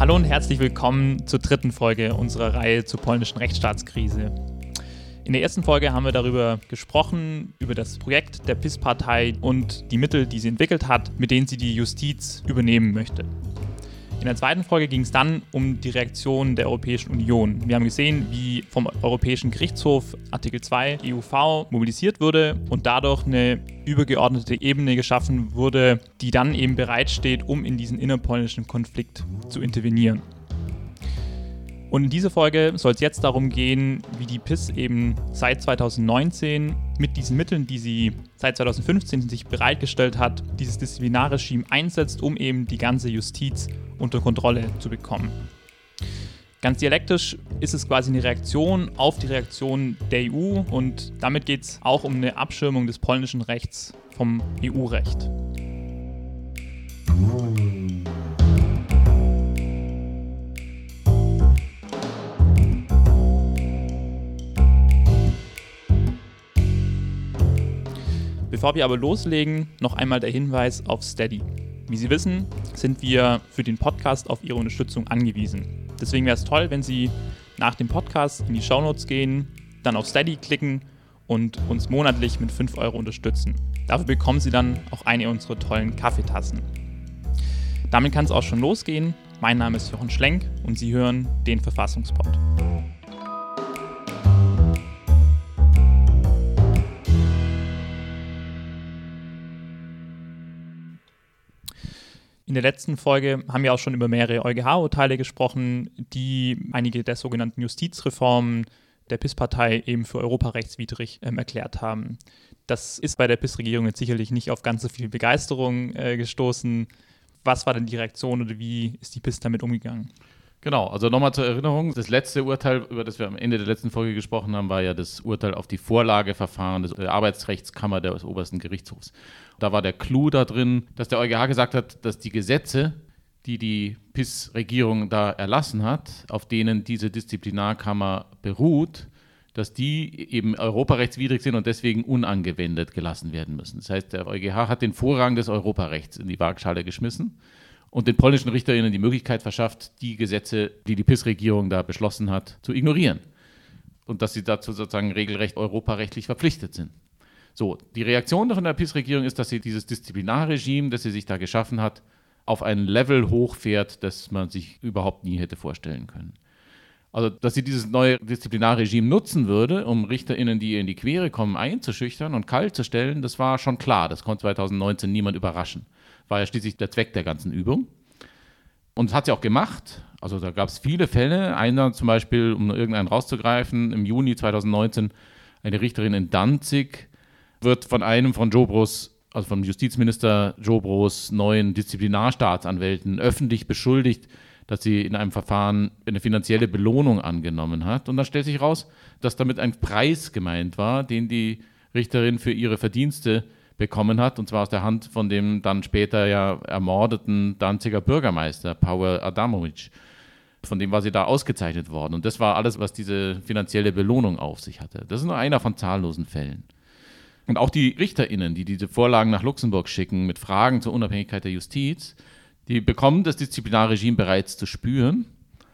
Hallo und herzlich willkommen zur dritten Folge unserer Reihe zur polnischen Rechtsstaatskrise. In der ersten Folge haben wir darüber gesprochen, über das Projekt der PiS-Partei und die Mittel, die sie entwickelt hat, mit denen sie die Justiz übernehmen möchte. In der zweiten Folge ging es dann um die Reaktion der Europäischen Union. Wir haben gesehen, wie vom Europäischen Gerichtshof Artikel 2 EUV mobilisiert wurde und dadurch eine übergeordnete Ebene geschaffen wurde, die dann eben bereitsteht, um in diesen innerpolnischen Konflikt zu intervenieren. Und in dieser Folge soll es jetzt darum gehen, wie die PiS eben seit 2019 mit diesen Mitteln, die sie seit 2015 sich bereitgestellt hat, dieses Disziplinarregime einsetzt, um eben die ganze Justiz unter Kontrolle zu bekommen. Ganz dialektisch ist es quasi eine Reaktion auf die Reaktion der EU und damit geht es auch um eine Abschirmung des polnischen Rechts vom EU-Recht. Bevor wir aber loslegen, noch einmal der Hinweis auf Steady. Wie Sie wissen, sind wir für den Podcast auf Ihre Unterstützung angewiesen. Deswegen wäre es toll, wenn Sie nach dem Podcast in die Shownotes gehen, dann auf Steady klicken und uns monatlich mit 5 € unterstützen. Dafür bekommen Sie dann auch eine unserer tollen Kaffeetassen. Damit kann es auch schon losgehen. Mein Name ist Jochen Schlenk und Sie hören den Verfassungspod. In der letzten Folge haben wir auch schon über mehrere EuGH-Urteile gesprochen, die einige der sogenannten Justizreformen der PiS-Partei eben für europarechtswidrig erklärt haben. Das ist bei der PiS-Regierung jetzt sicherlich nicht auf ganz so viel Begeisterung gestoßen. Was war denn die Reaktion oder wie ist die PiS damit umgegangen? Genau, also nochmal zur Erinnerung, das letzte Urteil, über das wir am Ende der letzten Folge gesprochen haben, war ja das Urteil auf die Vorlageverfahren der Arbeitsrechtskammer des obersten Gerichtshofs. Da war der Clou da drin, dass der EuGH gesagt hat, dass die Gesetze, die die PiS-Regierung da erlassen hat, auf denen diese Disziplinarkammer beruht, dass die eben europarechtswidrig sind und deswegen unangewendet gelassen werden müssen. Das heißt, der EuGH hat den Vorrang des Europarechts in die Waagschale geschmissen und den polnischen RichterInnen die Möglichkeit verschafft, die Gesetze, die die PiS-Regierung da beschlossen hat, zu ignorieren. Und dass sie dazu sozusagen regelrecht europarechtlich verpflichtet sind. So, die Reaktion von der PiS-Regierung ist, dass sie dieses Disziplinarregime, das sie sich da geschaffen hat, auf ein Level hochfährt, das man sich überhaupt nie hätte vorstellen können. Also, dass sie dieses neue Disziplinarregime nutzen würde, um RichterInnen, die ihr in die Quere kommen, einzuschüchtern und kalt zu stellen, das war schon klar. Das konnte 2019 niemand überraschen. War ja schließlich der Zweck der ganzen Übung. Und das hat sie auch gemacht. Also da gab es viele Fälle. Einer zum Beispiel, um irgendeinen rauszugreifen, im Juni 2019 eine Richterin in Danzig wird von einem von Jobros, also vom Justizminister Jobros neuen Disziplinarstaatsanwälten öffentlich beschuldigt, dass sie in einem Verfahren eine finanzielle Belohnung angenommen hat. Und dann stellt sich raus, dass damit ein Preis gemeint war, den die Richterin für ihre Verdienste bekommen hat, und zwar aus der Hand von dem dann später ja ermordeten Danziger Bürgermeister Paweł Adamowicz. Von dem war sie da ausgezeichnet worden. Und das war alles, was diese finanzielle Belohnung auf sich hatte. Das ist nur einer von zahllosen Fällen. Und auch die RichterInnen, die diese Vorlagen nach Luxemburg schicken mit Fragen zur Unabhängigkeit der Justiz, die bekommen das Disziplinarregime bereits zu spüren.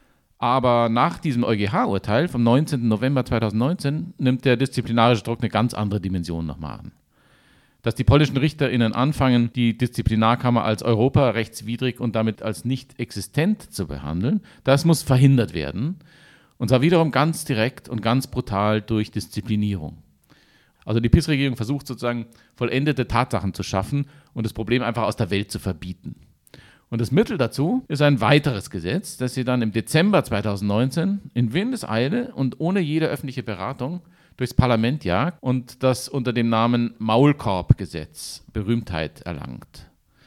Aber nach diesem EuGH-Urteil vom 19. November 2019 nimmt der disziplinarische Druck eine ganz andere Dimension nochmal an. Dass die polnischen RichterInnen anfangen, die Disziplinarkammer als europarechtswidrig und damit als nicht existent zu behandeln, das muss verhindert werden. Und zwar wiederum ganz direkt und ganz brutal durch Disziplinierung. Also die PiS-Regierung versucht sozusagen vollendete Tatsachen zu schaffen und das Problem einfach aus der Welt zu verbieten. Und das Mittel dazu ist ein weiteres Gesetz, das sie dann im Dezember 2019 in Windeseile und ohne jede öffentliche Beratung durchs Parlament jagt und das unter dem Namen Maulkorb-Gesetz Berühmtheit erlangt.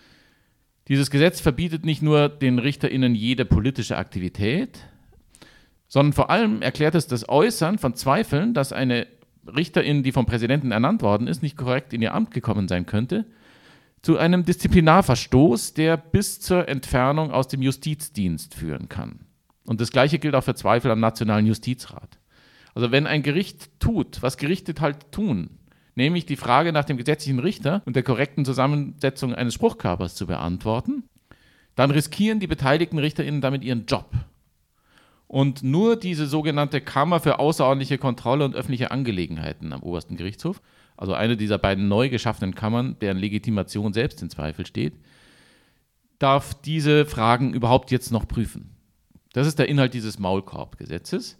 Dieses Gesetz verbietet nicht nur den RichterInnen jede politische Aktivität, sondern vor allem erklärt es das Äußern von Zweifeln, dass eine Richterin, die vom Präsidenten ernannt worden ist, nicht korrekt in ihr Amt gekommen sein könnte, zu einem Disziplinarverstoß, der bis zur Entfernung aus dem Justizdienst führen kann. Und das Gleiche gilt auch für Zweifel am Nationalen Justizrat. Also wenn ein Gericht tut, was Gerichte halt tun, nämlich die Frage nach dem gesetzlichen Richter und der korrekten Zusammensetzung eines Spruchkörpers zu beantworten, dann riskieren die beteiligten RichterInnen damit ihren Job. Und nur diese sogenannte Kammer für außerordentliche Kontrolle und öffentliche Angelegenheiten am obersten Gerichtshof, also eine dieser beiden neu geschaffenen Kammern, deren Legitimation selbst in Zweifel steht, darf diese Fragen überhaupt jetzt noch prüfen. Das ist der Inhalt dieses Maulkorbgesetzes.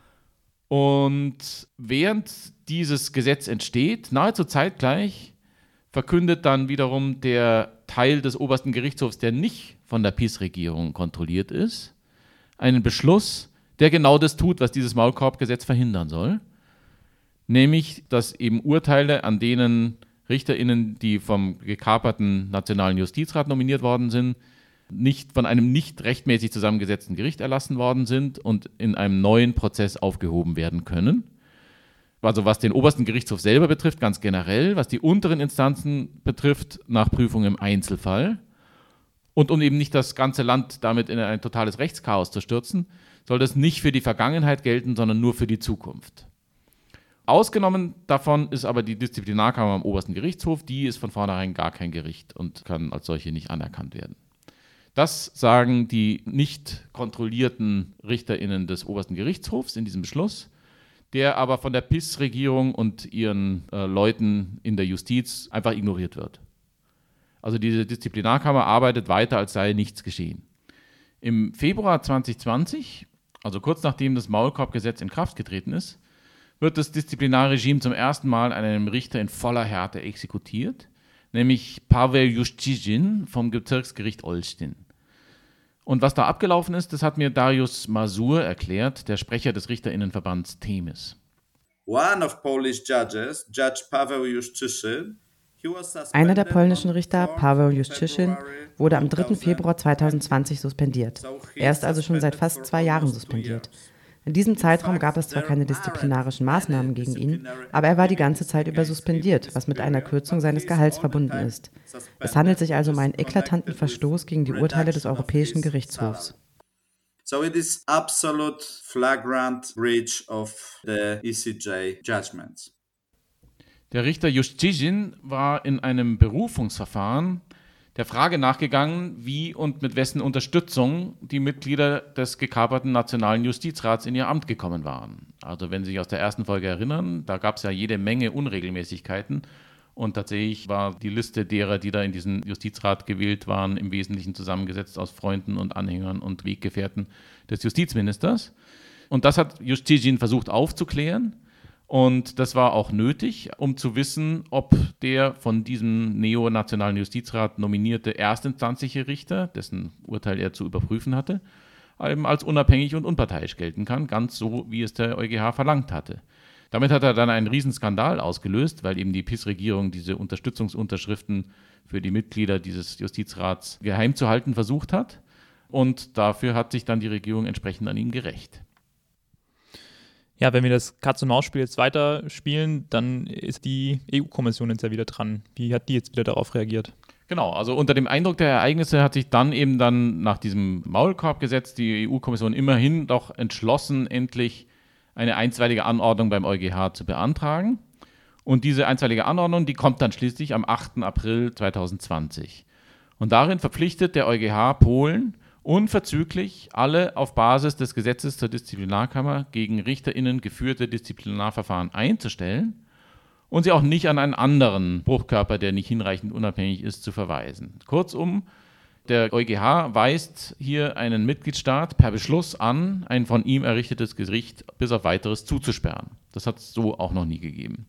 Und während dieses Gesetz entsteht, nahezu zeitgleich, verkündet dann wiederum der Teil des obersten Gerichtshofs, der nicht von der PiS-Regierung kontrolliert ist, einen Beschluss, der genau das tut, was dieses Maulkorbgesetz verhindern soll. Nämlich, dass eben Urteile, an denen RichterInnen, die vom gekaperten Nationalen Justizrat nominiert worden sind, nicht von einem nicht rechtmäßig zusammengesetzten Gericht erlassen worden sind und in einem neuen Prozess aufgehoben werden können. Also was den obersten Gerichtshof selber betrifft, ganz generell, was die unteren Instanzen betrifft, nach Prüfung im Einzelfall. Und um eben nicht das ganze Land damit in ein totales Rechtschaos zu stürzen, soll das nicht für die Vergangenheit gelten, sondern nur für die Zukunft. Ausgenommen davon ist aber die Disziplinarkammer am obersten Gerichtshof, die ist von vornherein gar kein Gericht und kann als solche nicht anerkannt werden. Das sagen die nicht kontrollierten RichterInnen des obersten Gerichtshofs in diesem Beschluss, der aber von der PiS-Regierung und ihren Leuten in der Justiz einfach ignoriert wird. Also diese Disziplinarkammer arbeitet weiter, als sei nichts geschehen. Im Februar 2020, also kurz nachdem das Maulkorbgesetz in Kraft getreten ist, wird das Disziplinarregime zum ersten Mal an einem Richter in voller Härte exekutiert, nämlich Paweł Juszczyzn vom Bezirksgericht Olsztyn. Und was da abgelaufen ist, das hat mir Dariusz Mazur erklärt, der Sprecher des RichterInnenverbands Themis. One of Polish judges, Judge Paweł Juszczyzn, einer der polnischen Richter, Paweł Juszczyzn, wurde am 3. Februar 2020 suspendiert. Er ist also schon seit fast 2 Jahren suspendiert. In diesem Zeitraum gab es zwar keine disziplinarischen Maßnahmen gegen ihn, aber er war die ganze Zeit über suspendiert, was mit einer Kürzung seines Gehalts verbunden ist. Es handelt sich also um einen eklatanten Verstoß gegen die Urteile des Europäischen Gerichtshofs. So it is absolute flagrant breach of the ECJ judgments. Der Richter Juszczyzn war in einem Berufungsverfahren der Frage nachgegangen, wie und mit wessen Unterstützung die Mitglieder des gekaperten Nationalen Justizrats in ihr Amt gekommen waren. Also wenn Sie sich aus der ersten Folge erinnern, da gab es ja jede Menge Unregelmäßigkeiten und tatsächlich war die Liste derer, die da in diesen Justizrat gewählt waren, im Wesentlichen zusammengesetzt aus Freunden und Anhängern und Weggefährten des Justizministers. Und das hat Juszczyzn versucht aufzuklären. Und das war auch nötig, um zu wissen, ob der von diesem neonationalen Justizrat nominierte erstinstanzliche Richter, dessen Urteil er zu überprüfen hatte, eben als unabhängig und unparteiisch gelten kann, ganz so, wie es der EuGH verlangt hatte. Damit hat er dann einen Riesenskandal ausgelöst, weil eben die PiS-Regierung diese Unterstützungsunterschriften für die Mitglieder dieses Justizrats geheim zu halten versucht hat. Und dafür hat sich dann die Regierung entsprechend an ihm gerächt. Ja, wenn wir das Katz-und-Maus-Spiel jetzt weiterspielen, dann ist die EU-Kommission jetzt ja wieder dran. Wie hat die jetzt wieder darauf reagiert? Genau, also unter dem Eindruck der Ereignisse hat sich dann eben nach diesem Maulkorbgesetz die EU-Kommission immerhin doch entschlossen, endlich eine einstweilige Anordnung beim EuGH zu beantragen. Und diese einstweilige Anordnung, die kommt dann schließlich am 8. April 2020. Und darin verpflichtet der EuGH Polen, unverzüglich alle auf Basis des Gesetzes zur Disziplinarkammer gegen RichterInnen geführte Disziplinarverfahren einzustellen und sie auch nicht an einen anderen Bruchkörper, der nicht hinreichend unabhängig ist, zu verweisen. Kurzum, der EuGH weist hier einen Mitgliedstaat per Beschluss an, ein von ihm errichtetes Gericht bis auf Weiteres zuzusperren. Das hat es so auch noch nie gegeben.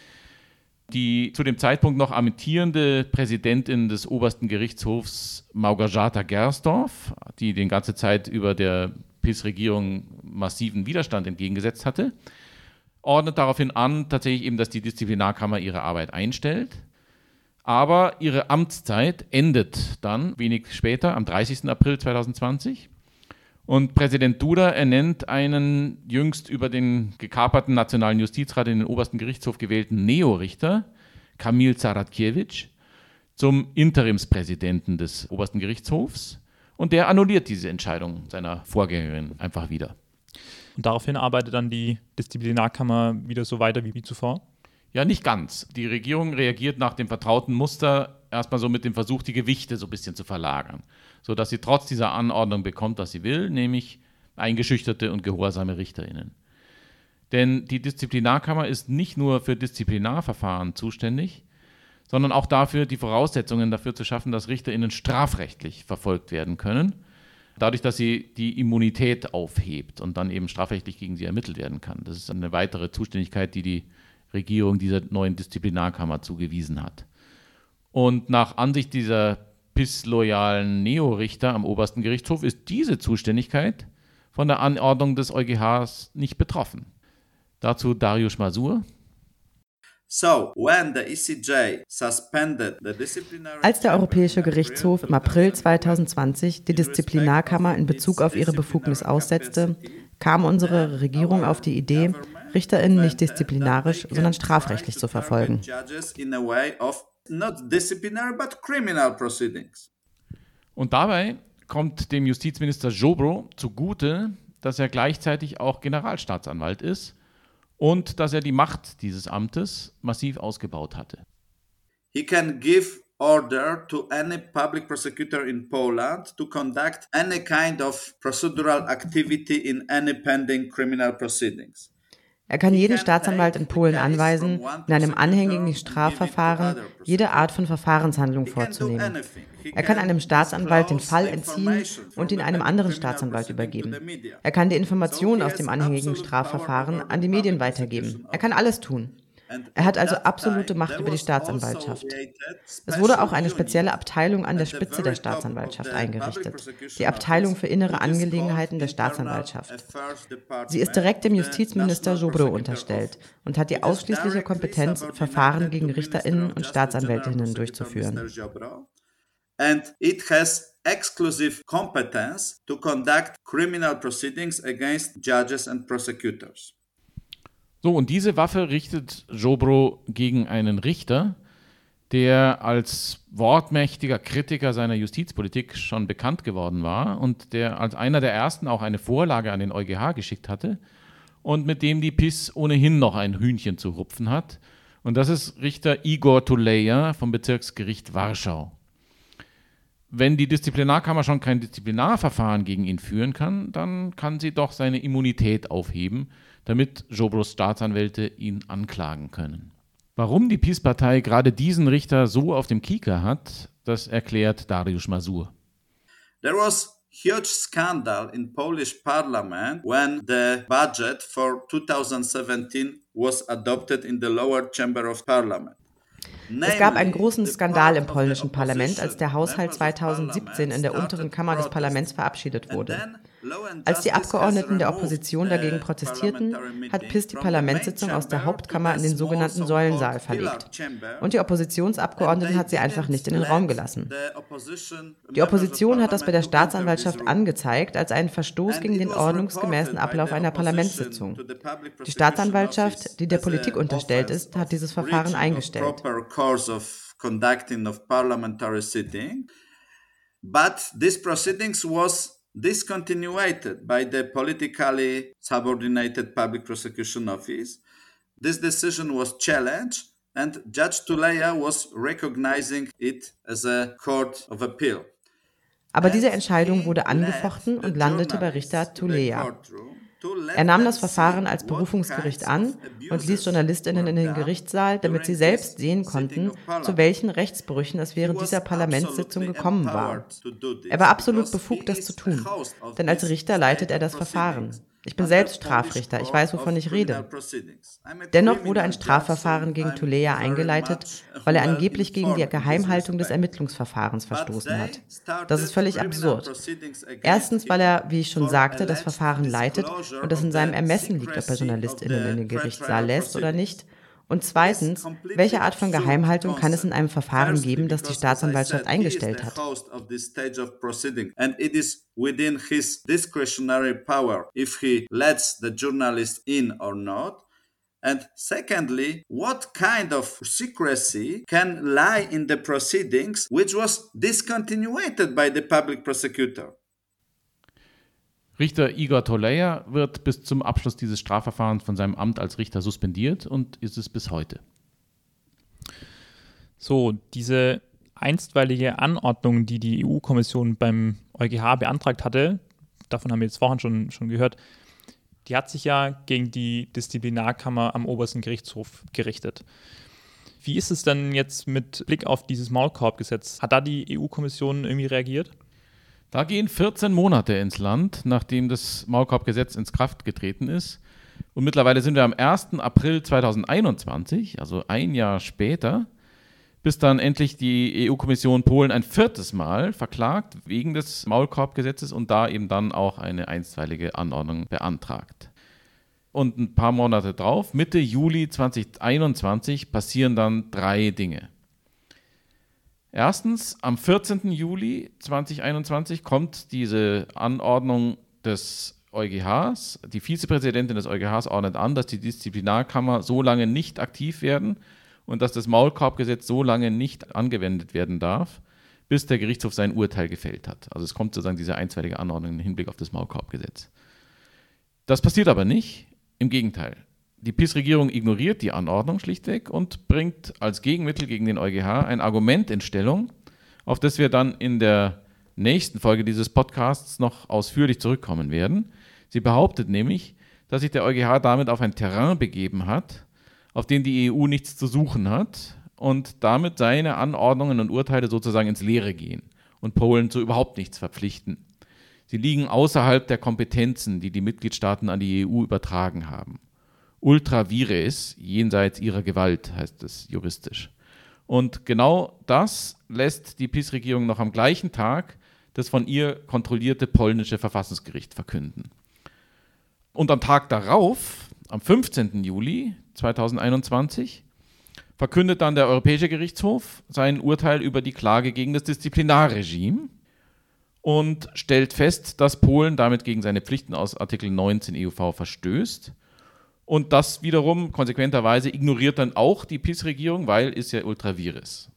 Die zu dem Zeitpunkt noch amtierende Präsidentin des obersten Gerichtshofs, Małgorzata Gersdorf, die die ganze Zeit über der PiS-Regierung massiven Widerstand entgegengesetzt hatte, ordnet daraufhin an, tatsächlich eben, dass die Disziplinarkammer ihre Arbeit einstellt. Aber ihre Amtszeit endet dann wenig später, am 30. April 2020. Und Präsident Duda ernennt einen jüngst über den gekaperten Nationalen Justizrat in den obersten Gerichtshof gewählten Neorichter, Kamil Zaradkiewicz, zum Interimspräsidenten des obersten Gerichtshofs. Und der annulliert diese Entscheidung seiner Vorgängerin einfach wieder. Und daraufhin arbeitet dann die Disziplinarkammer wieder so weiter wie zuvor? Ja, nicht ganz. Die Regierung reagiert nach dem vertrauten Muster erstmal so mit dem Versuch, die Gewichte so ein bisschen zu verlagern, sodass sie trotz dieser Anordnung bekommt, was sie will, nämlich eingeschüchterte und gehorsame RichterInnen. Denn die Disziplinarkammer ist nicht nur für Disziplinarverfahren zuständig, sondern auch dafür, die Voraussetzungen dafür zu schaffen, dass RichterInnen strafrechtlich verfolgt werden können, dadurch, dass sie die Immunität aufhebt und dann eben strafrechtlich gegen sie ermittelt werden kann. Das ist eine weitere Zuständigkeit, die die Regierung dieser neuen Disziplinarkammer zugewiesen hat. Und nach Ansicht dieser PiS-loyalen Neorichter am obersten Gerichtshof ist diese Zuständigkeit von der Anordnung des EuGHs nicht betroffen. Dazu Dariusz Mazur. Als der Europäische Gerichtshof im April 2020 die Disziplinarkammer in Bezug auf ihre Befugnis aussetzte, kam unsere Regierung auf die Idee, RichterInnen nicht disziplinarisch, sondern strafrechtlich zu verfolgen. Und dabei kommt dem Justizminister Ziobro zugute, dass er gleichzeitig auch Generalstaatsanwalt ist und dass er die Macht dieses Amtes massiv ausgebaut hatte. He can give order to any public prosecutor in Poland to conduct any kind of procedural activity in any pending criminal proceedings. Er kann jeden Staatsanwalt in Polen anweisen, in einem anhängigen Strafverfahren jede Art von Verfahrenshandlung vorzunehmen. Er kann einem Staatsanwalt den Fall entziehen und ihn einem anderen Staatsanwalt übergeben. Er kann die Informationen aus dem anhängigen Strafverfahren an die Medien weitergeben. Er kann alles tun. Er hat also absolute Macht über die Staatsanwaltschaft. Es wurde auch eine spezielle Abteilung an der Spitze der Staatsanwaltschaft eingerichtet, die Abteilung für innere Angelegenheiten der Staatsanwaltschaft. Sie ist direkt dem Justizminister Ziobro unterstellt und hat die ausschließliche Kompetenz, Verfahren gegen RichterInnen und Staatsanwältinnen durchzuführen. And it has exclusive competence to conduct criminal proceedings against judges and prosecutors. So, und diese Waffe richtet Ziobro gegen einen Richter, der als wortmächtiger Kritiker seiner Justizpolitik schon bekannt geworden war und der als einer der ersten auch eine Vorlage an den EuGH geschickt hatte und mit dem die PiS ohnehin noch ein Hühnchen zu rupfen hat. Und das ist Richter Igor Tuleja vom Bezirksgericht Warschau. Wenn die Disziplinarkammer schon kein Disziplinarverfahren gegen ihn führen kann, dann kann sie doch seine Immunität aufheben, damit Ziobros Staatsanwälte ihn anklagen können. Warum die PiS-Partei gerade diesen Richter so auf dem Kieker hat, das erklärt Dariusz Mazur. There was huge scandal in Polish parliament when the budget for 2017 was adopted in the lower chamber of parliament. Es gab einen großen Skandal im polnischen Parlament, als der Haushalt 2017 in der unteren Kammer des Parlaments verabschiedet wurde. Als die Abgeordneten der Opposition dagegen protestierten, hat PiS die Parlamentssitzung aus der Hauptkammer in den sogenannten Säulensaal verlegt. Und die Oppositionsabgeordneten hat sie einfach nicht in den Raum gelassen. Die Opposition hat das bei der Staatsanwaltschaft angezeigt als einen Verstoß gegen den ordnungsgemäßen Ablauf einer Parlamentssitzung. Die Staatsanwaltschaft, die der Politik unterstellt ist, hat dieses Verfahren eingestellt. But these proceedings was discontinued by the politically subordinated Public Prosecution Office. This decision was challenged and Judge Tuleja was recognizing it as a court of appeal. Aber diese Entscheidung wurde angefochten und landete bei Richter Tuleja. Er nahm das Verfahren als Berufungsgericht an und ließ JournalistInnen in den Gerichtssaal, damit sie selbst sehen konnten, zu welchen Rechtsbrüchen es während dieser Parlamentssitzung gekommen war. Er war absolut befugt, das zu tun, denn als Richter leitet er das Verfahren. Ich bin selbst Strafrichter, ich weiß, wovon ich rede. Dennoch wurde ein Strafverfahren gegen Tuleja eingeleitet, weil er angeblich gegen die Geheimhaltung des Ermittlungsverfahrens verstoßen hat. Das ist völlig absurd. Erstens, weil er, wie ich schon sagte, das Verfahren leitet und es in seinem Ermessen liegt, ob er JournalistInnen in den Gerichtssaal lässt oder nicht. Und zweitens, welche Art von Geheimhaltung kann es in einem Verfahren geben, das die Staatsanwaltschaft eingestellt hat? And it is within his discretionary power if he lets the journalist in or not. And secondly, what kind of secrecy can lie in the proceedings which was discontinued by the public prosecutor? Richter Igor Tuleja wird bis zum Abschluss dieses Strafverfahrens von seinem Amt als Richter suspendiert und ist es bis heute. So, diese einstweilige Anordnung, die die EU-Kommission beim EuGH beantragt hatte, davon haben wir jetzt vorhin schon gehört, die hat sich ja gegen die Disziplinarkammer am obersten Gerichtshof gerichtet. Wie ist es denn jetzt mit Blick auf dieses Maulkorbgesetz? Hat da die EU-Kommission irgendwie reagiert? Da gehen 14 Monate ins Land, nachdem das Maulkorbgesetz ins Kraft getreten ist. Und mittlerweile sind wir am 1. April 2021, also ein Jahr später, bis dann endlich die EU-Kommission Polen ein 4. Mal verklagt wegen des Maulkorbgesetzes und da eben dann auch eine einstweilige Anordnung beantragt. Und ein paar Monate drauf, Mitte Juli 2021, passieren dann 3 Dinge. Erstens, am 14. Juli 2021 kommt diese Anordnung des EuGHs. Die Vizepräsidentin des EuGHs ordnet an, dass die Disziplinarkammer so lange nicht aktiv werden und dass das Maulkorbgesetz so lange nicht angewendet werden darf, bis der Gerichtshof sein Urteil gefällt hat. Also es kommt sozusagen diese einstweilige Anordnung im Hinblick auf das Maulkorbgesetz. Das passiert aber nicht, im Gegenteil. Die PiS-Regierung ignoriert die Anordnung schlichtweg und bringt als Gegenmittel gegen den EuGH ein Argument in Stellung, auf das wir dann in der nächsten Folge dieses Podcasts noch ausführlich zurückkommen werden. Sie behauptet nämlich, dass sich der EuGH damit auf ein Terrain begeben hat, auf dem die EU nichts zu suchen hat und damit seine Anordnungen und Urteile sozusagen ins Leere gehen und Polen zu überhaupt nichts verpflichten. Sie liegen außerhalb der Kompetenzen, die die Mitgliedstaaten an die EU übertragen haben. Ultra vires, jenseits ihrer Gewalt, heißt es juristisch. Und genau das lässt die PiS-Regierung noch am gleichen Tag das von ihr kontrollierte polnische Verfassungsgericht verkünden. Und am Tag darauf, am 15. Juli 2021, verkündet dann der Europäische Gerichtshof sein Urteil über die Klage gegen das Disziplinarregime und stellt fest, dass Polen damit gegen seine Pflichten aus Artikel 19 EUV verstößt. Und das wiederum konsequenterweise ignoriert dann auch die PiS-Regierung, weil ist ja ultra vires.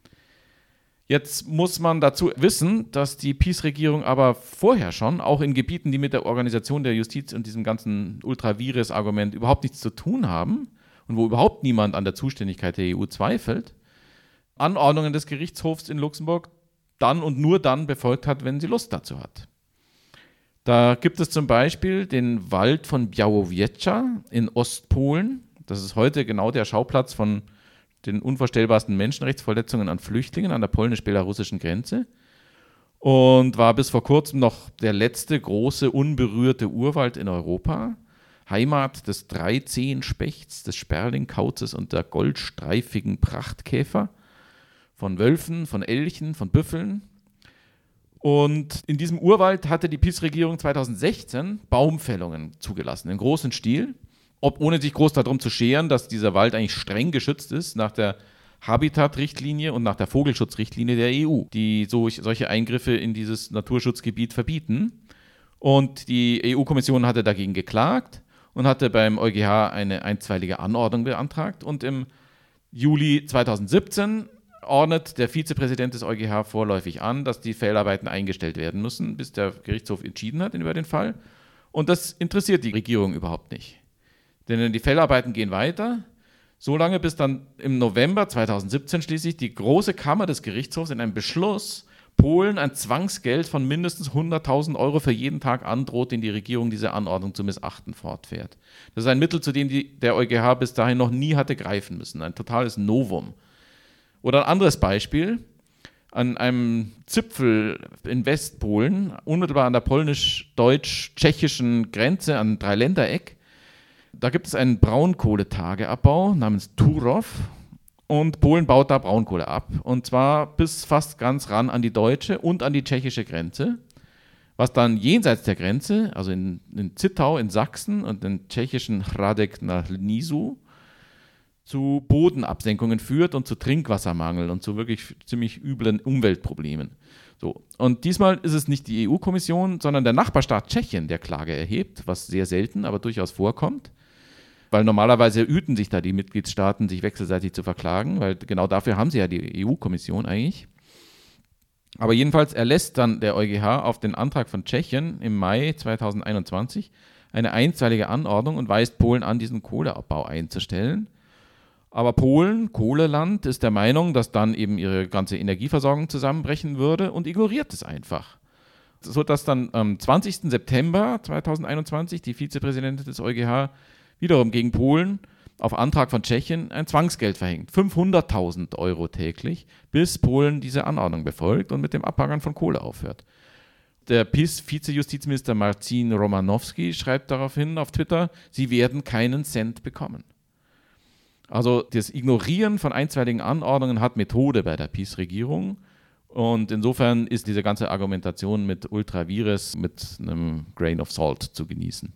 Jetzt muss man dazu wissen, dass die PiS-Regierung aber vorher schon, auch in Gebieten, die mit der Organisation der Justiz und diesem ganzen ultra vires-Argument überhaupt nichts zu tun haben und wo überhaupt niemand an der Zuständigkeit der EU zweifelt, Anordnungen des Gerichtshofs in Luxemburg dann und nur dann befolgt hat, wenn sie Lust dazu hat. Da gibt es zum Beispiel den Wald von Białowieża in Ostpolen. Das ist heute genau der Schauplatz von den unvorstellbarsten Menschenrechtsverletzungen an Flüchtlingen an der polnisch-belarussischen Grenze und war bis vor kurzem noch der letzte große unberührte Urwald in Europa, Heimat des Dreizehenspechts, des Sperlingkauzes und der goldstreifigen Prachtkäfer, von Wölfen, von Elchen, von Büffeln. Und in diesem Urwald hatte die PiS-Regierung 2016 Baumfällungen zugelassen, in großem Stil, ohne sich groß darum zu scheren, dass dieser Wald eigentlich streng geschützt ist nach der Habitat-Richtlinie und nach der Vogelschutzrichtlinie der EU, die solche Eingriffe in dieses Naturschutzgebiet verbieten. Und die EU-Kommission hatte dagegen geklagt und hatte beim EuGH eine einstweilige Anordnung beantragt. Und im Juli 2017 ordnet der Vizepräsident des EuGH vorläufig an, dass die Fehlarbeiten eingestellt werden müssen, bis der Gerichtshof entschieden hat über den Fall. Und das interessiert die Regierung überhaupt nicht. Denn die Fällarbeiten gehen weiter, solange bis dann im November 2017 schließlich die große Kammer des Gerichtshofs in einem Beschluss Polen ein Zwangsgeld von mindestens 100.000 Euro für jeden Tag androht, den die Regierung diese Anordnung zu missachten fortfährt. Das ist ein Mittel, zu dem der EuGH bis dahin noch nie hatte greifen müssen. Ein totales Novum. Oder ein anderes Beispiel. An einem Zipfel in Westpolen, unmittelbar an der polnisch-deutsch-tschechischen Grenze, am Dreiländereck, da gibt es einen Braunkohletageabbau namens Turów und Polen baut da Braunkohle ab. Und zwar bis fast ganz ran an die deutsche und an die tschechische Grenze. Was dann jenseits der Grenze, also in Zittau in Sachsen und in tschechischen Hradec nach Nisu, zu Bodenabsenkungen führt und zu Trinkwassermangel und zu wirklich ziemlich üblen Umweltproblemen. So. Und diesmal ist es nicht die EU-Kommission, sondern der Nachbarstaat Tschechien, der Klage erhebt, was sehr selten, aber durchaus vorkommt. Weil normalerweise hüten sich da die Mitgliedstaaten, sich wechselseitig zu verklagen, weil genau dafür haben sie ja die EU-Kommission eigentlich. Aber jedenfalls erlässt dann der EuGH auf den Antrag von Tschechien im Mai 2021 eine einstweilige Anordnung und weist Polen an, diesen Kohleabbau einzustellen. Aber Polen, Kohleland, ist der Meinung, dass dann eben ihre ganze Energieversorgung zusammenbrechen würde und ignoriert es einfach. Sodass dann am 20. September 2021 die Vizepräsidentin des EuGH wiederum gegen Polen auf Antrag von Tschechien ein Zwangsgeld verhängt. 500.000 € täglich, bis Polen diese Anordnung befolgt und mit dem Abbaggern von Kohle aufhört. Der PiS-Vizejustizminister Marcin Romanowski schreibt daraufhin auf Twitter, sie werden keinen Cent bekommen. Also das Ignorieren von einstweiligen Anordnungen hat Methode bei der PiS-Regierung. Und insofern ist diese ganze Argumentation mit Ultra Vires mit einem Grain of Salt zu genießen.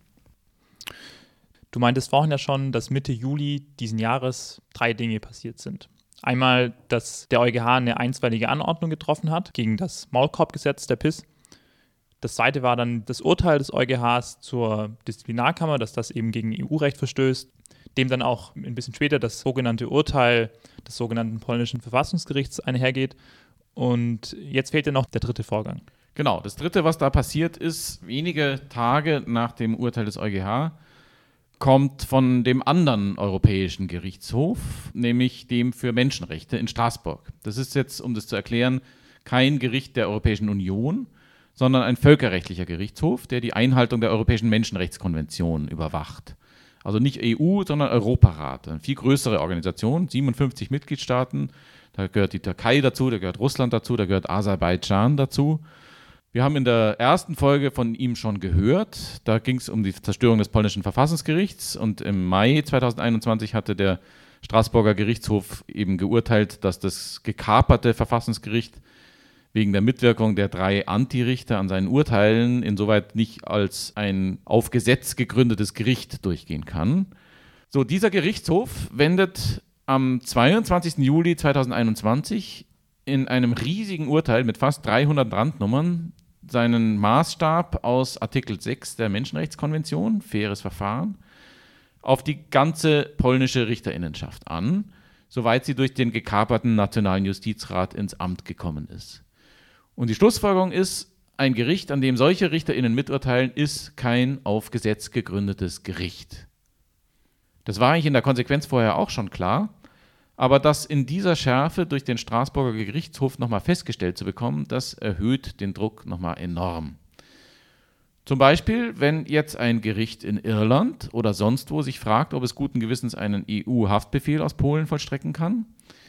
Du meintest vorhin ja schon, dass Mitte Juli diesen Jahres 3 Dinge passiert sind. Einmal, dass der EuGH eine einstweilige Anordnung getroffen hat gegen das Maulkorbgesetz der PiS. Das zweite war dann das Urteil des EuGHs zur Disziplinarkammer, dass das eben gegen EU-Recht verstößt. Dem dann auch ein bisschen später das sogenannte Urteil des sogenannten polnischen Verfassungsgerichts einhergeht. Und jetzt fehlt ja noch der dritte Vorgang. Genau, das dritte, was da passiert ist, wenige Tage nach dem Urteil des EuGH, kommt von dem anderen Europäischen Gerichtshof, nämlich dem für Menschenrechte in Straßburg. Das ist jetzt, um das zu erklären, kein Gericht der Europäischen Union, sondern ein völkerrechtlicher Gerichtshof, der die Einhaltung der Europäischen Menschenrechtskonvention überwacht. Also nicht EU, sondern Europarat, eine viel größere Organisation, 57 Mitgliedstaaten, da gehört die Türkei dazu, da gehört Russland dazu, da gehört Aserbaidschan dazu. Wir haben in der ersten Folge von ihm schon gehört, da ging es um die Zerstörung des polnischen Verfassungsgerichts und im Mai 2021 hatte der Straßburger Gerichtshof eben geurteilt, dass das gekaperte Verfassungsgericht wegen der Mitwirkung der 3 Antirichter an seinen Urteilen insoweit nicht als ein auf Gesetz gegründetes Gericht durchgehen kann. So, dieser Gerichtshof wendet am 22. Juli 2021 in einem riesigen Urteil mit fast 300 Randnummern seinen Maßstab aus Artikel 6 der Menschenrechtskonvention, faires Verfahren, auf die ganze polnische Richterinnenschaft an, soweit sie durch den gekaperten Nationalen Justizrat ins Amt gekommen ist. Und die Schlussfolgerung ist, ein Gericht, an dem solche RichterInnen miturteilen, ist kein auf Gesetz gegründetes Gericht. Das war eigentlich in der Konsequenz vorher auch schon klar, aber das in dieser Schärfe durch den Straßburger Gerichtshof nochmal festgestellt zu bekommen, das erhöht den Druck nochmal enorm. Zum Beispiel, wenn jetzt ein Gericht in Irland oder sonst wo sich fragt, ob es guten Gewissens einen EU-Haftbefehl aus Polen vollstrecken kann,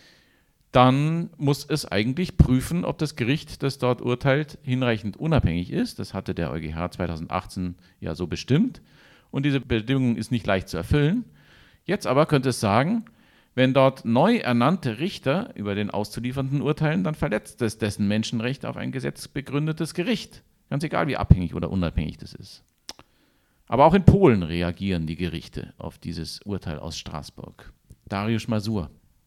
dann muss es eigentlich prüfen, ob das Gericht, das dort urteilt, hinreichend unabhängig ist. Das hatte der EuGH 2018 ja so bestimmt. Und diese Bedingung ist nicht leicht zu erfüllen. Jetzt aber könnte es sagen, wenn dort neu ernannte Richter über den auszuliefernden urteilen, dann verletzt es dessen Menschenrecht auf ein gesetzbegründetes Gericht. Ganz egal, wie abhängig oder unabhängig das ist. Aber auch in Polen reagieren die Gerichte auf dieses Urteil aus Straßburg. Dariusz Mazur.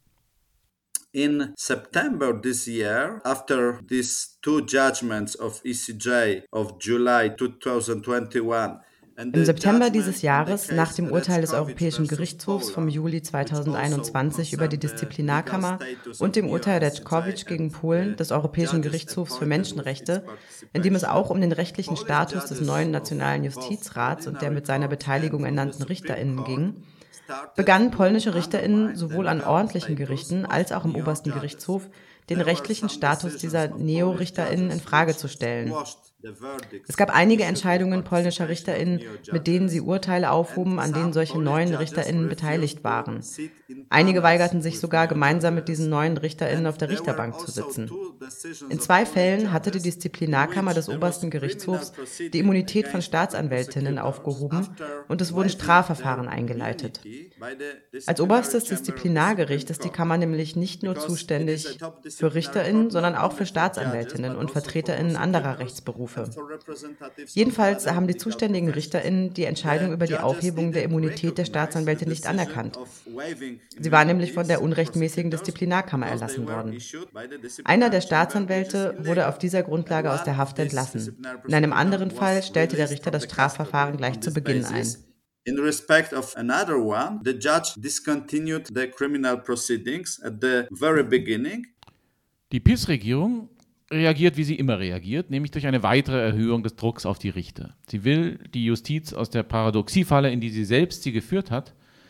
In September this year, after these 2 judgments of ECJ of July 2021, im September dieses Jahres, nach dem Urteil des Europäischen Gerichtshofs vom Juli 2021 über die Disziplinarkammer und dem Urteil Reczkowicz gegen Polen des Europäischen Gerichtshofs für Menschenrechte, in dem es auch um den rechtlichen Status des neuen Nationalen Justizrats und der mit seiner Beteiligung ernannten RichterInnen ging, begannen polnische RichterInnen sowohl an ordentlichen Gerichten als auch im obersten Gerichtshof den rechtlichen Status dieser Neo-RichterInnen in Frage zu stellen. Es gab einige Entscheidungen polnischer RichterInnen, mit denen sie Urteile aufhoben, an denen solche neuen RichterInnen beteiligt waren. Einige weigerten sich sogar, gemeinsam mit diesen neuen RichterInnen auf der Richterbank zu sitzen. In 2 Fällen hatte die Disziplinarkammer des obersten Gerichtshofs die Immunität von Staatsanwältinnen aufgehoben und es wurden Strafverfahren eingeleitet. Als oberstes Disziplinargericht ist die Kammer nämlich nicht nur zuständig für RichterInnen, sondern auch für Staatsanwältinnen und VertreterInnen anderer Rechtsberufe. Jedenfalls haben die zuständigen RichterInnen die Entscheidung über die Aufhebung der Immunität der Staatsanwälte nicht anerkannt. Sie war nämlich von der unrechtmäßigen Disziplinarkammer erlassen worden. Einer der Staatsanwälte wurde auf dieser Grundlage aus der Haft entlassen. In einem anderen Fall stellte der Richter das Strafverfahren gleich zu Beginn ein. In respect of another one, the judge discontinued the criminal proceedings at the very beginning. Die PiS-Regierung reagiert, wie sie immer reagiert, nämlich durch eine weitere Erhöhung des Drucks auf die Richter. Sie will die Justiz aus der Paradoxiefalle, in die sie selbst geführt hat,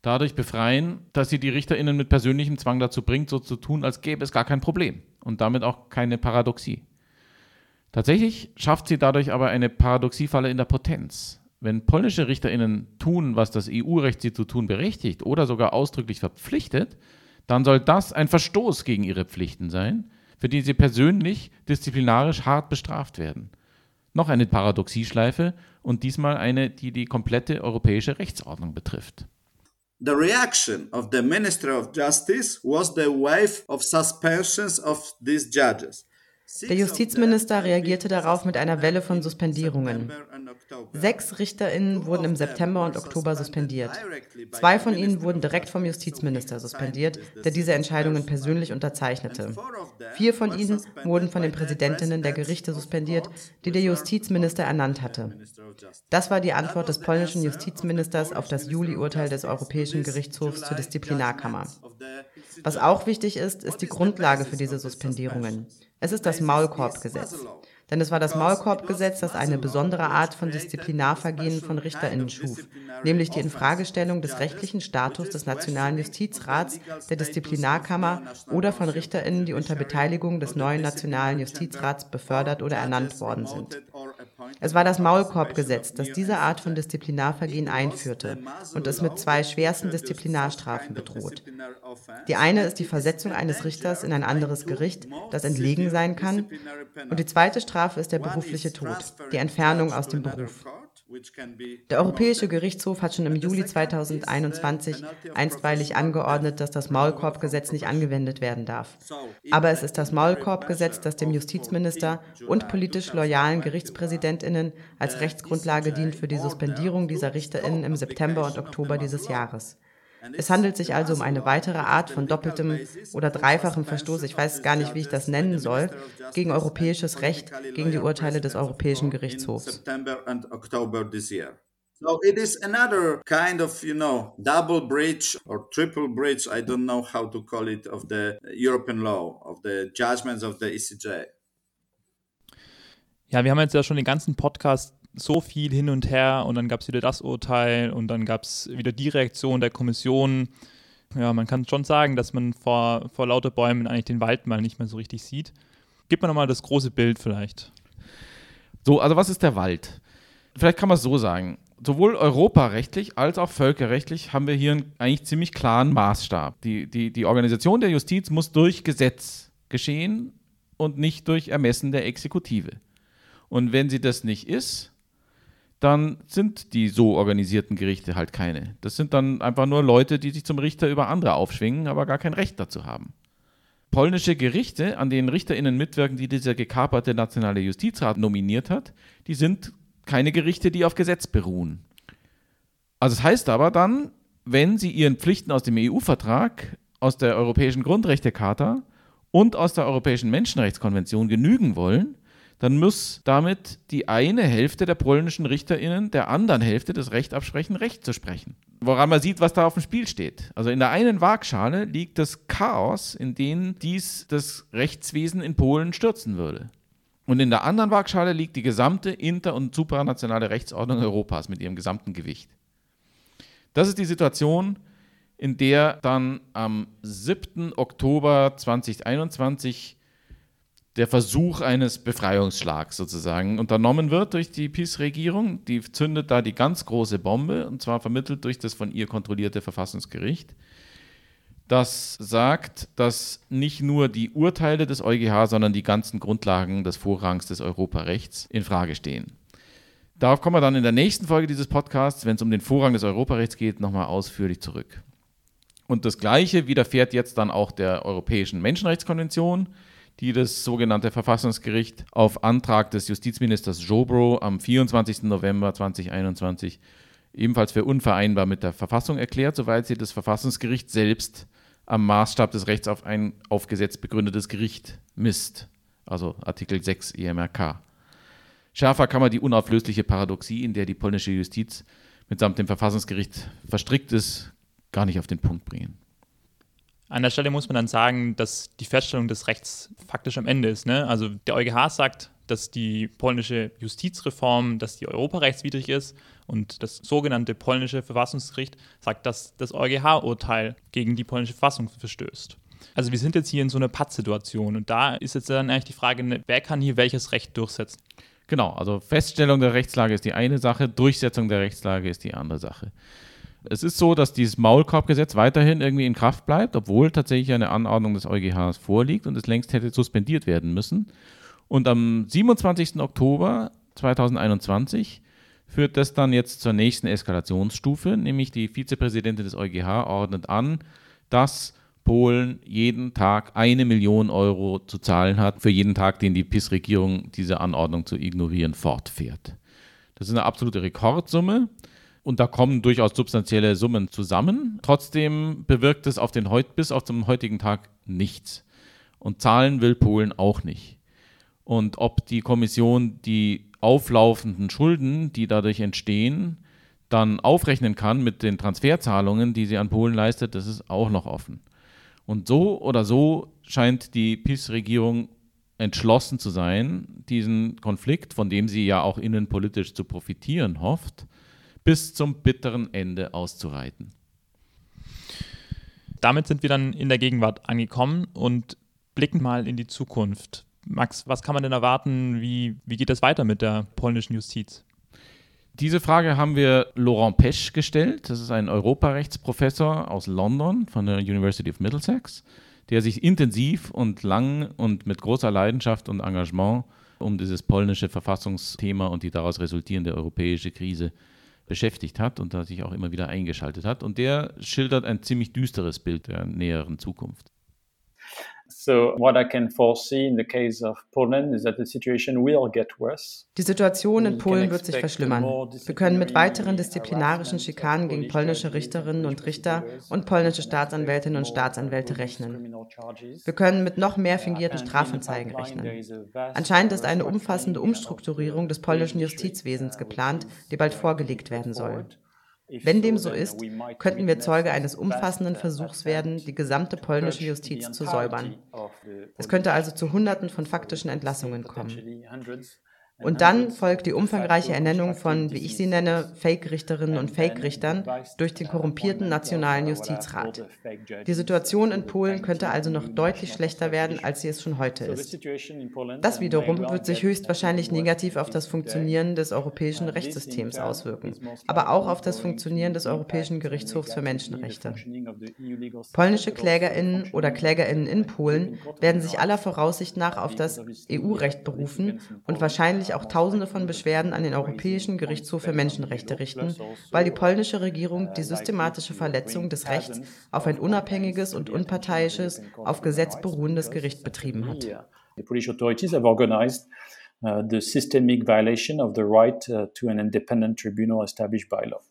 dadurch befreien, dass sie die RichterInnen mit persönlichem Zwang dazu bringt, so zu tun, als gäbe es gar kein Problem und damit auch keine Paradoxie. Tatsächlich schafft sie dadurch aber eine Paradoxiefalle in der Potenz. Wenn polnische RichterInnen tun, was das EU-Recht sie zu tun berechtigt oder sogar ausdrücklich verpflichtet, dann soll das ein Verstoß gegen ihre Pflichten sein, für die sie persönlich disziplinarisch hart bestraft werden. Noch eine Paradoxieschleife und diesmal eine, die die komplette europäische Rechtsordnung betrifft. The reaction of the Ministry of Justice was the wave of suspensions of these judges. Der Justizminister reagierte darauf mit einer Welle von Suspendierungen. 6 RichterInnen wurden im September und Oktober suspendiert. 2 von ihnen wurden direkt vom Justizminister suspendiert, der diese Entscheidungen persönlich unterzeichnete. 4 von ihnen wurden von den Präsidentinnen der Gerichte suspendiert, die der Justizminister ernannt hatte. Das war die Antwort des polnischen Justizministers auf das Juli-Urteil des Europäischen Gerichtshofs zur Disziplinarkammer. Was auch wichtig ist, ist die Grundlage für diese Suspendierungen. Es ist das Maulkorbgesetz. Denn es war das Maulkorbgesetz, das eine besondere Art von Disziplinarvergehen von RichterInnen schuf, nämlich die Infragestellung des rechtlichen Status des Nationalen Justizrats, der Disziplinarkammer oder von RichterInnen, die unter Beteiligung des neuen Nationalen Justizrats befördert oder ernannt worden sind. Es war das Maulkorbgesetz, das diese Art von Disziplinarvergehen einführte und es mit 2 schwersten Disziplinarstrafen bedroht. Die eine ist die Versetzung eines Richters in ein anderes Gericht, das entlegen sein kann, und die zweite Strafe ist der berufliche Tod, die Entfernung aus dem Beruf. Der Europäische Gerichtshof hat schon im Juli 2021 einstweilig angeordnet, dass das Maulkorbgesetz nicht angewendet werden darf. Aber es ist das Maulkorbgesetz, das dem Justizminister und politisch loyalen GerichtspräsidentInnen als Rechtsgrundlage dient für die Suspendierung dieser RichterInnen im September und Oktober dieses Jahres. Es handelt sich also um eine weitere Art von doppeltem oder dreifachem Verstoß, ich weiß gar nicht, wie ich das nennen soll, gegen europäisches Recht, gegen die Urteile des Europäischen Gerichtshofs. So it is another kind of, double breach or triple breach, I don't know how to call it, of the European law, of the judgments of the ECJ. Ja, wir haben jetzt ja schon den ganzen Podcast so viel hin und her und dann gab es wieder das Urteil und dann gab es wieder die Reaktion der Kommission. Ja, man kann schon sagen, dass man vor lauter Bäumen eigentlich den Wald mal nicht mehr so richtig sieht. Gib mir nochmal das große Bild vielleicht. So, also was ist der Wald? Vielleicht kann man es so sagen. Sowohl europarechtlich als auch völkerrechtlich haben wir hier einen eigentlich ziemlich klaren Maßstab. Die Organisation der Justiz muss durch Gesetz geschehen und nicht durch Ermessen der Exekutive. Und wenn sie das nicht ist, dann sind die so organisierten Gerichte halt keine. Das sind dann einfach nur Leute, die sich zum Richter über andere aufschwingen, aber gar kein Recht dazu haben. Polnische Gerichte, an denen RichterInnen mitwirken, die dieser gekaperte Nationale Justizrat nominiert hat, die sind keine Gerichte, die auf Gesetz beruhen. Also das heißt aber dann, wenn sie ihren Pflichten aus dem EU-Vertrag, aus der Europäischen Grundrechtecharta und aus der Europäischen Menschenrechtskonvention genügen wollen, dann muss damit die eine Hälfte der polnischen RichterInnen der anderen Hälfte das Recht absprechen, Recht zu sprechen. Woran man sieht, was da auf dem Spiel steht. Also in der einen Waagschale liegt das Chaos, in dem dies das Rechtswesen in Polen stürzen würde. Und in der anderen Waagschale liegt die gesamte inter- und supranationale Rechtsordnung Europas mit ihrem gesamten Gewicht. Das ist die Situation, in der dann am 7. Oktober 2021 der Versuch eines Befreiungsschlags sozusagen unternommen wird durch die PiS-Regierung. Die zündet da die ganz große Bombe, und zwar vermittelt durch das von ihr kontrollierte Verfassungsgericht. Das sagt, dass nicht nur die Urteile des EuGH, sondern die ganzen Grundlagen des Vorrangs des Europarechts in Frage stehen. Darauf kommen wir dann in der nächsten Folge dieses Podcasts, wenn es um den Vorrang des Europarechts geht, nochmal ausführlich zurück. Und das Gleiche widerfährt jetzt dann auch der Europäischen Menschenrechtskonvention, die das sogenannte Verfassungsgericht auf Antrag des Justizministers Ziobro am 24. November 2021 ebenfalls für unvereinbar mit der Verfassung erklärt, soweit sie das Verfassungsgericht selbst am Maßstab des Rechts auf ein auf Gesetz begründetes Gericht misst, also Artikel 6 EMRK. Schärfer kann man die unauflösliche Paradoxie, in der die polnische Justiz mitsamt dem Verfassungsgericht verstrickt ist, gar nicht auf den Punkt bringen. An der Stelle muss man dann sagen, dass die Feststellung des Rechts faktisch am Ende ist. Ne? Also der EuGH sagt, dass die polnische Justizreform, dass die europarechtswidrig ist und das sogenannte polnische Verfassungsgericht sagt, dass das EuGH-Urteil gegen die polnische Verfassung verstößt. Also wir sind jetzt hier in so einer Pattsituation und da ist jetzt dann eigentlich die Frage, wer kann hier welches Recht durchsetzen? Genau, also Feststellung der Rechtslage ist die eine Sache, Durchsetzung der Rechtslage ist die andere Sache. Es ist so, dass dieses Maulkorbgesetz weiterhin irgendwie in Kraft bleibt, obwohl tatsächlich eine Anordnung des EuGHs vorliegt und es längst hätte suspendiert werden müssen. Und am 27. Oktober 2021 führt das dann jetzt zur nächsten Eskalationsstufe, nämlich die Vizepräsidentin des EuGH ordnet an, dass Polen jeden Tag 1 Million Euro zu zahlen hat, für jeden Tag, den die PiS-Regierung diese Anordnung zu ignorieren fortfährt. Das ist eine absolute Rekordsumme. Und da kommen durchaus substanzielle Summen zusammen. Trotzdem bewirkt es bis auf zum heutigen Tag nichts. Und zahlen will Polen auch nicht. Und ob die Kommission die auflaufenden Schulden, die dadurch entstehen, dann aufrechnen kann mit den Transferzahlungen, die sie an Polen leistet, das ist auch noch offen. Und so oder so scheint die PiS-Regierung entschlossen zu sein, diesen Konflikt, von dem sie ja auch innenpolitisch zu profitieren hofft, bis zum bitteren Ende auszureiten. Damit sind wir dann in der Gegenwart angekommen und blicken mal in die Zukunft. Max, was kann man denn erwarten? Wie geht es weiter mit der polnischen Justiz? Diese Frage haben wir Laurent Pesch gestellt. Das ist ein Europarechtsprofessor aus London von der University of Middlesex, der sich intensiv und lang und mit großer Leidenschaft und Engagement um dieses polnische Verfassungsthema und die daraus resultierende europäische Krise beschäftigt hat und da sich auch immer wieder eingeschaltet hat. Und der schildert ein ziemlich düsteres Bild der näheren Zukunft. So what I can foresee in the case of Poland is that the situation will get worse. Die Situation in Polen wird sich verschlimmern. Wir können mit weiteren disziplinarischen Schikanen gegen polnische Richterinnen und Richter und polnische Staatsanwältinnen und Staatsanwälte rechnen. Wir können mit noch mehr fingierten Strafanzeigen rechnen. Anscheinend ist eine umfassende Umstrukturierung des polnischen Justizwesens geplant, die bald vorgelegt werden soll. Wenn dem so ist, könnten wir Zeuge eines umfassenden Versuchs werden, die gesamte polnische Justiz zu säubern. Es könnte also zu Hunderten von faktischen Entlassungen kommen. Und dann folgt die umfangreiche Ernennung von, wie ich sie nenne, Fake-Richterinnen und Fake-Richtern durch den korrumpierten Nationalen Justizrat. Die Situation in Polen könnte also noch deutlich schlechter werden, als sie es schon heute ist. Das wiederum wird sich höchstwahrscheinlich negativ auf das Funktionieren des europäischen Rechtssystems auswirken, aber auch auf das Funktionieren des Europäischen Gerichtshofs für Menschenrechte. Polnische KlägerInnen oder KlägerInnen in Polen werden sich aller Voraussicht nach auf das EU-Recht berufen und wahrscheinlich auch Tausende von Beschwerden an den Europäischen Gerichtshof für Menschenrechte richten, weil die polnische Regierung die systematische Verletzung des Rechts auf ein unabhängiges und unparteiisches, auf Gesetz beruhendes Gericht betrieben hat. The Polish authorities have organized the systemic violation of the right to an independent tribunal established by law.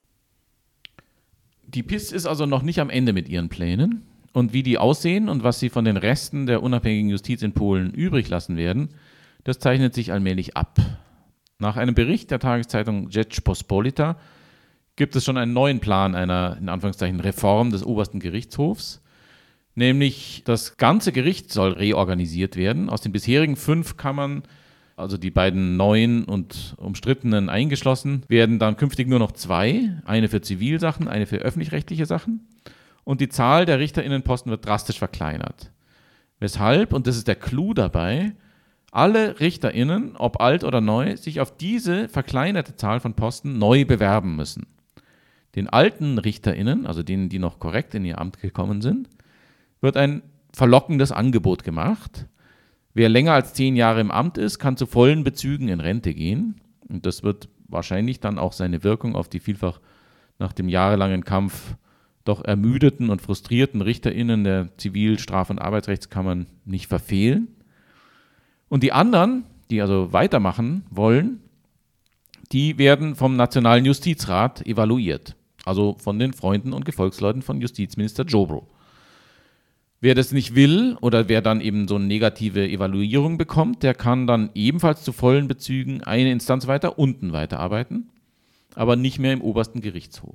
Die PiS ist also noch nicht am Ende mit ihren Plänen. Und wie die aussehen und was sie von den Resten der unabhängigen Justiz in Polen übrig lassen werden, das zeichnet sich allmählich ab. Nach einem Bericht der Tageszeitung Rzeczpospolita gibt es schon einen neuen Plan einer, in Anführungszeichen, Reform des obersten Gerichtshofs. Nämlich das ganze Gericht soll reorganisiert werden. Aus den bisherigen 5 Kammern, also die beiden neuen und umstrittenen eingeschlossen, werden dann künftig nur noch 2. Eine für Zivilsachen, eine für öffentlich-rechtliche Sachen. Und die Zahl der RichterInnenposten wird drastisch verkleinert. Weshalb, und das ist der Clou dabei, alle RichterInnen, ob alt oder neu, sich auf diese verkleinerte Zahl von Posten neu bewerben müssen. Den alten RichterInnen, also denen, die noch korrekt in ihr Amt gekommen sind, wird ein verlockendes Angebot gemacht. Wer länger als 10 Jahre im Amt ist, kann zu vollen Bezügen in Rente gehen. Und das wird wahrscheinlich dann auch seine Wirkung auf die vielfach nach dem jahrelangen Kampf doch ermüdeten und frustrierten RichterInnen der Zivil-, Straf- und Arbeitsrechtskammern nicht verfehlen. Und die anderen, die also weitermachen wollen, die werden vom Nationalen Justizrat evaluiert. Also von den Freunden und Gefolgsleuten von Justizminister Ziobro. Wer das nicht will oder wer dann eben so eine negative Evaluierung bekommt, der kann dann ebenfalls zu vollen Bezügen eine Instanz weiter unten weiterarbeiten, aber nicht mehr im obersten Gerichtshof.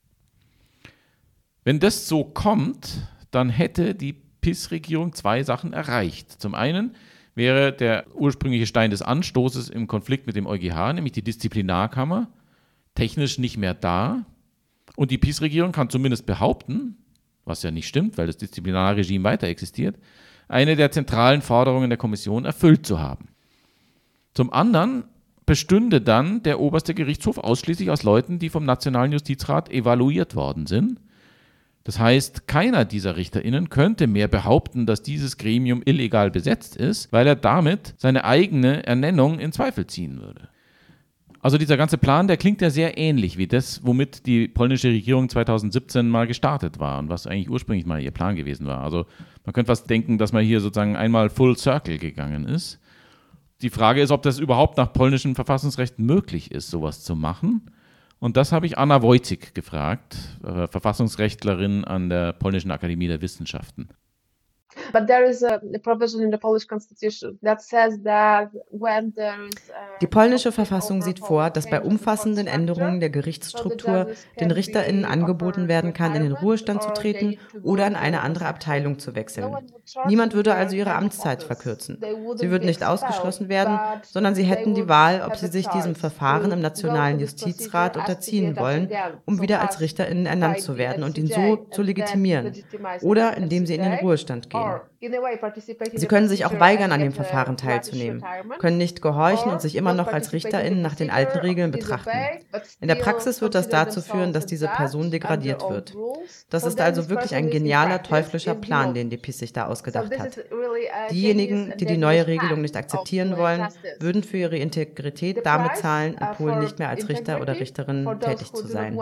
Wenn das so kommt, dann hätte die PiS-Regierung 2 Sachen erreicht. Zum einen wäre der ursprüngliche Stein des Anstoßes im Konflikt mit dem EuGH, nämlich die Disziplinarkammer, technisch nicht mehr da. Und die PiS-Regierung kann zumindest behaupten, was ja nicht stimmt, weil das Disziplinarregime weiter existiert, eine der zentralen Forderungen der Kommission erfüllt zu haben. Zum anderen bestünde dann der oberste Gerichtshof ausschließlich aus Leuten, die vom Nationalen Justizrat evaluiert worden sind. Das heißt, keiner dieser RichterInnen könnte mehr behaupten, dass dieses Gremium illegal besetzt ist, weil er damit seine eigene Ernennung in Zweifel ziehen würde. Also dieser ganze Plan, der klingt ja sehr ähnlich wie das, womit die polnische Regierung 2017 mal gestartet war und was eigentlich ursprünglich mal ihr Plan gewesen war. Also man könnte fast denken, dass man hier sozusagen einmal full circle gegangen ist. Die Frage ist, ob das überhaupt nach polnischem Verfassungsrecht möglich ist, sowas zu machen. Und das habe ich Anna Wojcik gefragt, Verfassungsrechtlerin an der Polnischen Akademie der Wissenschaften. But there is a provision in the Polish constitution that says that when there is Die polnische Verfassung sieht vor, dass bei umfassenden Änderungen der Gerichtsstruktur den RichterInnen angeboten werden kann, in den Ruhestand zu treten oder in eine andere Abteilung zu wechseln. Niemand würde also ihre Amtszeit verkürzen. Sie würden nicht ausgeschlossen werden, sondern sie hätten die Wahl, ob sie sich diesem Verfahren im Nationalen Justizrat unterziehen wollen, um wieder als RichterInnen ernannt zu werden und ihn so zu legitimieren, oder indem sie in den Ruhestand gehen. Sie können sich auch weigern, an dem Verfahren teilzunehmen, können nicht gehorchen und sich immer noch als RichterInnen nach den alten Regeln betrachten. In der Praxis wird das dazu führen, dass diese Person degradiert wird. Das ist also wirklich ein genialer, teuflischer Plan, den die PiS sich da ausgedacht hat. Diejenigen, die die neue Regelung nicht akzeptieren wollen, würden für ihre Integrität damit zahlen, in Polen nicht mehr als Richter oder Richterin tätig zu sein.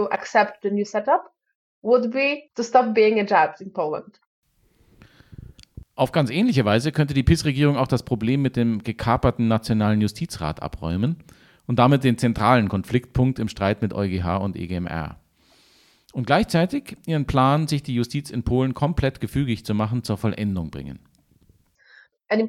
Auf ganz ähnliche Weise könnte die PiS-Regierung auch das Problem mit dem gekaperten Nationalen Justizrat abräumen und damit den zentralen Konfliktpunkt im Streit mit EuGH und EGMR. Und gleichzeitig ihren Plan, sich die Justiz in Polen komplett gefügig zu machen, zur Vollendung bringen. Ein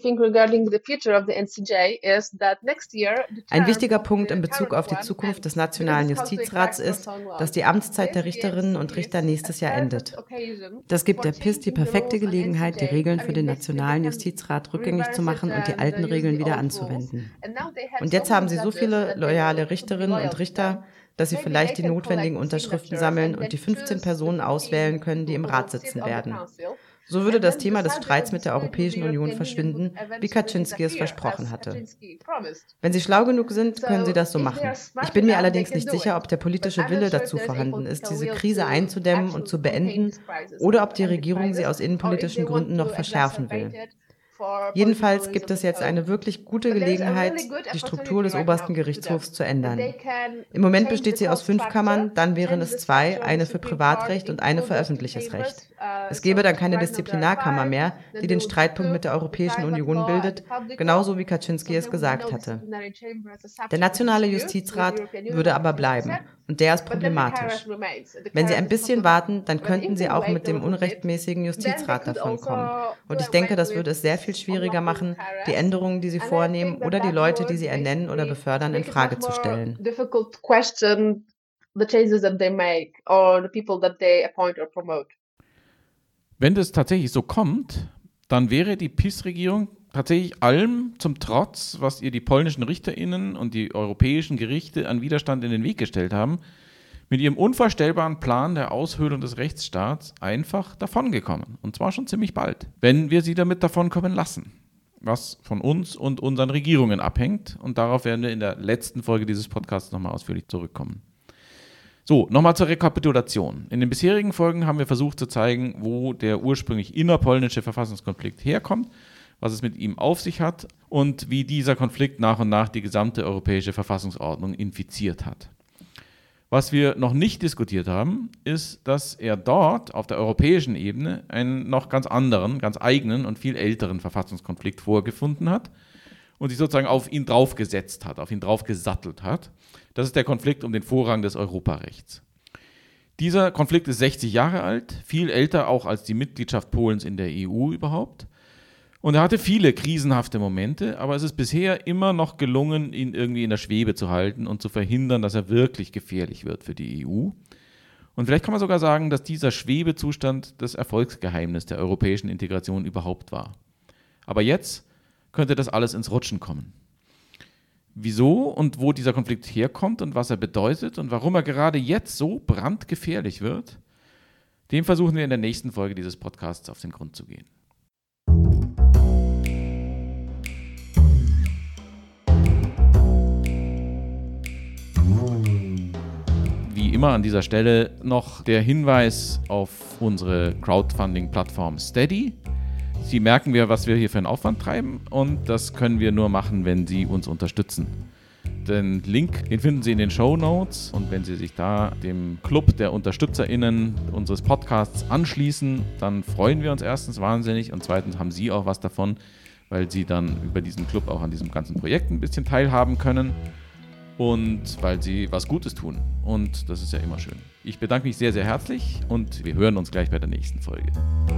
wichtiger Punkt in Bezug auf die Zukunft des Nationalen Justizrats ist, dass die Amtszeit der Richterinnen und Richter nächstes Jahr endet. Das gibt der PiS die perfekte Gelegenheit, die Regeln für den Nationalen Justizrat rückgängig zu machen und die alten Regeln wieder anzuwenden. Und jetzt haben sie so viele loyale Richterinnen und Richter, dass sie vielleicht die notwendigen Unterschriften sammeln und die 15 Personen auswählen können, die im Rat sitzen werden. So würde das Thema des Streits mit der Europäischen Union verschwinden, wie Kaczynski es versprochen hatte. Wenn Sie schlau genug sind, können Sie das so machen. Ich bin mir allerdings nicht sicher, ob der politische Wille dazu vorhanden ist, diese Krise einzudämmen und zu beenden, oder ob die Regierung sie aus innenpolitischen Gründen noch verschärfen will. Jedenfalls gibt es jetzt eine wirklich gute Gelegenheit, die Struktur des obersten Gerichtshofs zu ändern. Im Moment besteht sie aus 5 Kammern, dann wären es 2, eine für Privatrecht und eine für öffentliches Recht. Es gäbe dann keine Disziplinarkammer mehr, die den Streitpunkt mit der Europäischen Union bildet, genauso wie Kaczynski es gesagt hatte. Der Nationale Justizrat würde aber bleiben. Und der ist problematisch. Wenn Sie ein bisschen warten, dann könnten Sie auch mit dem unrechtmäßigen Justizrat davonkommen. Und ich denke, das würde es sehr viel schwieriger machen, die Änderungen, die Sie vornehmen, oder die Leute, die Sie ernennen oder befördern, in Frage zu stellen. Wenn das tatsächlich so kommt, dann wäre die PiS-Regierung tatsächlich allem zum Trotz, was ihr die polnischen RichterInnen und die europäischen Gerichte an Widerstand in den Weg gestellt haben, mit ihrem unvorstellbaren Plan der Aushöhlung des Rechtsstaats einfach davongekommen. Und zwar schon ziemlich bald, wenn wir sie damit davonkommen lassen. Was von uns und unseren Regierungen abhängt. Und darauf werden wir in der letzten Folge dieses Podcasts nochmal ausführlich zurückkommen. So, nochmal zur Rekapitulation. In den bisherigen Folgen haben wir versucht zu zeigen, wo der ursprünglich innerpolnische Verfassungskonflikt herkommt, was es mit ihm auf sich hat und wie dieser Konflikt nach und nach die gesamte europäische Verfassungsordnung infiziert hat. Was wir noch nicht diskutiert haben, ist, dass er dort auf der europäischen Ebene einen noch ganz anderen, ganz eigenen und viel älteren Verfassungskonflikt vorgefunden hat und sich sozusagen auf ihn draufgesetzt hat, auf ihn draufgesattelt hat. Das ist der Konflikt um den Vorrang des Europarechts. Dieser Konflikt ist 60 Jahre alt, viel älter auch als die Mitgliedschaft Polens in der EU überhaupt. Und er hatte viele krisenhafte Momente, aber es ist bisher immer noch gelungen, ihn irgendwie in der Schwebe zu halten und zu verhindern, dass er wirklich gefährlich wird für die EU. Und vielleicht kann man sogar sagen, dass dieser Schwebezustand das Erfolgsgeheimnis der europäischen Integration überhaupt war. Aber jetzt könnte das alles ins Rutschen kommen. Wieso und wo dieser Konflikt herkommt und was er bedeutet und warum er gerade jetzt so brandgefährlich wird, dem versuchen wir in der nächsten Folge dieses Podcasts auf den Grund zu gehen. Wie immer an dieser Stelle noch der Hinweis auf unsere Crowdfunding-Plattform Steady. Sie merken was wir hier für einen Aufwand treiben und das können wir nur machen, wenn Sie uns unterstützen. Den Link, den finden Sie in den Shownotes und wenn Sie sich da dem Club der UnterstützerInnen unseres Podcasts anschließen, dann freuen wir uns erstens wahnsinnig und zweitens haben Sie auch was davon, weil Sie dann über diesen Club auch an diesem ganzen Projekt ein bisschen teilhaben können und weil Sie was Gutes tun und das ist ja immer schön. Ich bedanke mich sehr, sehr herzlich und wir hören uns gleich bei der nächsten Folge.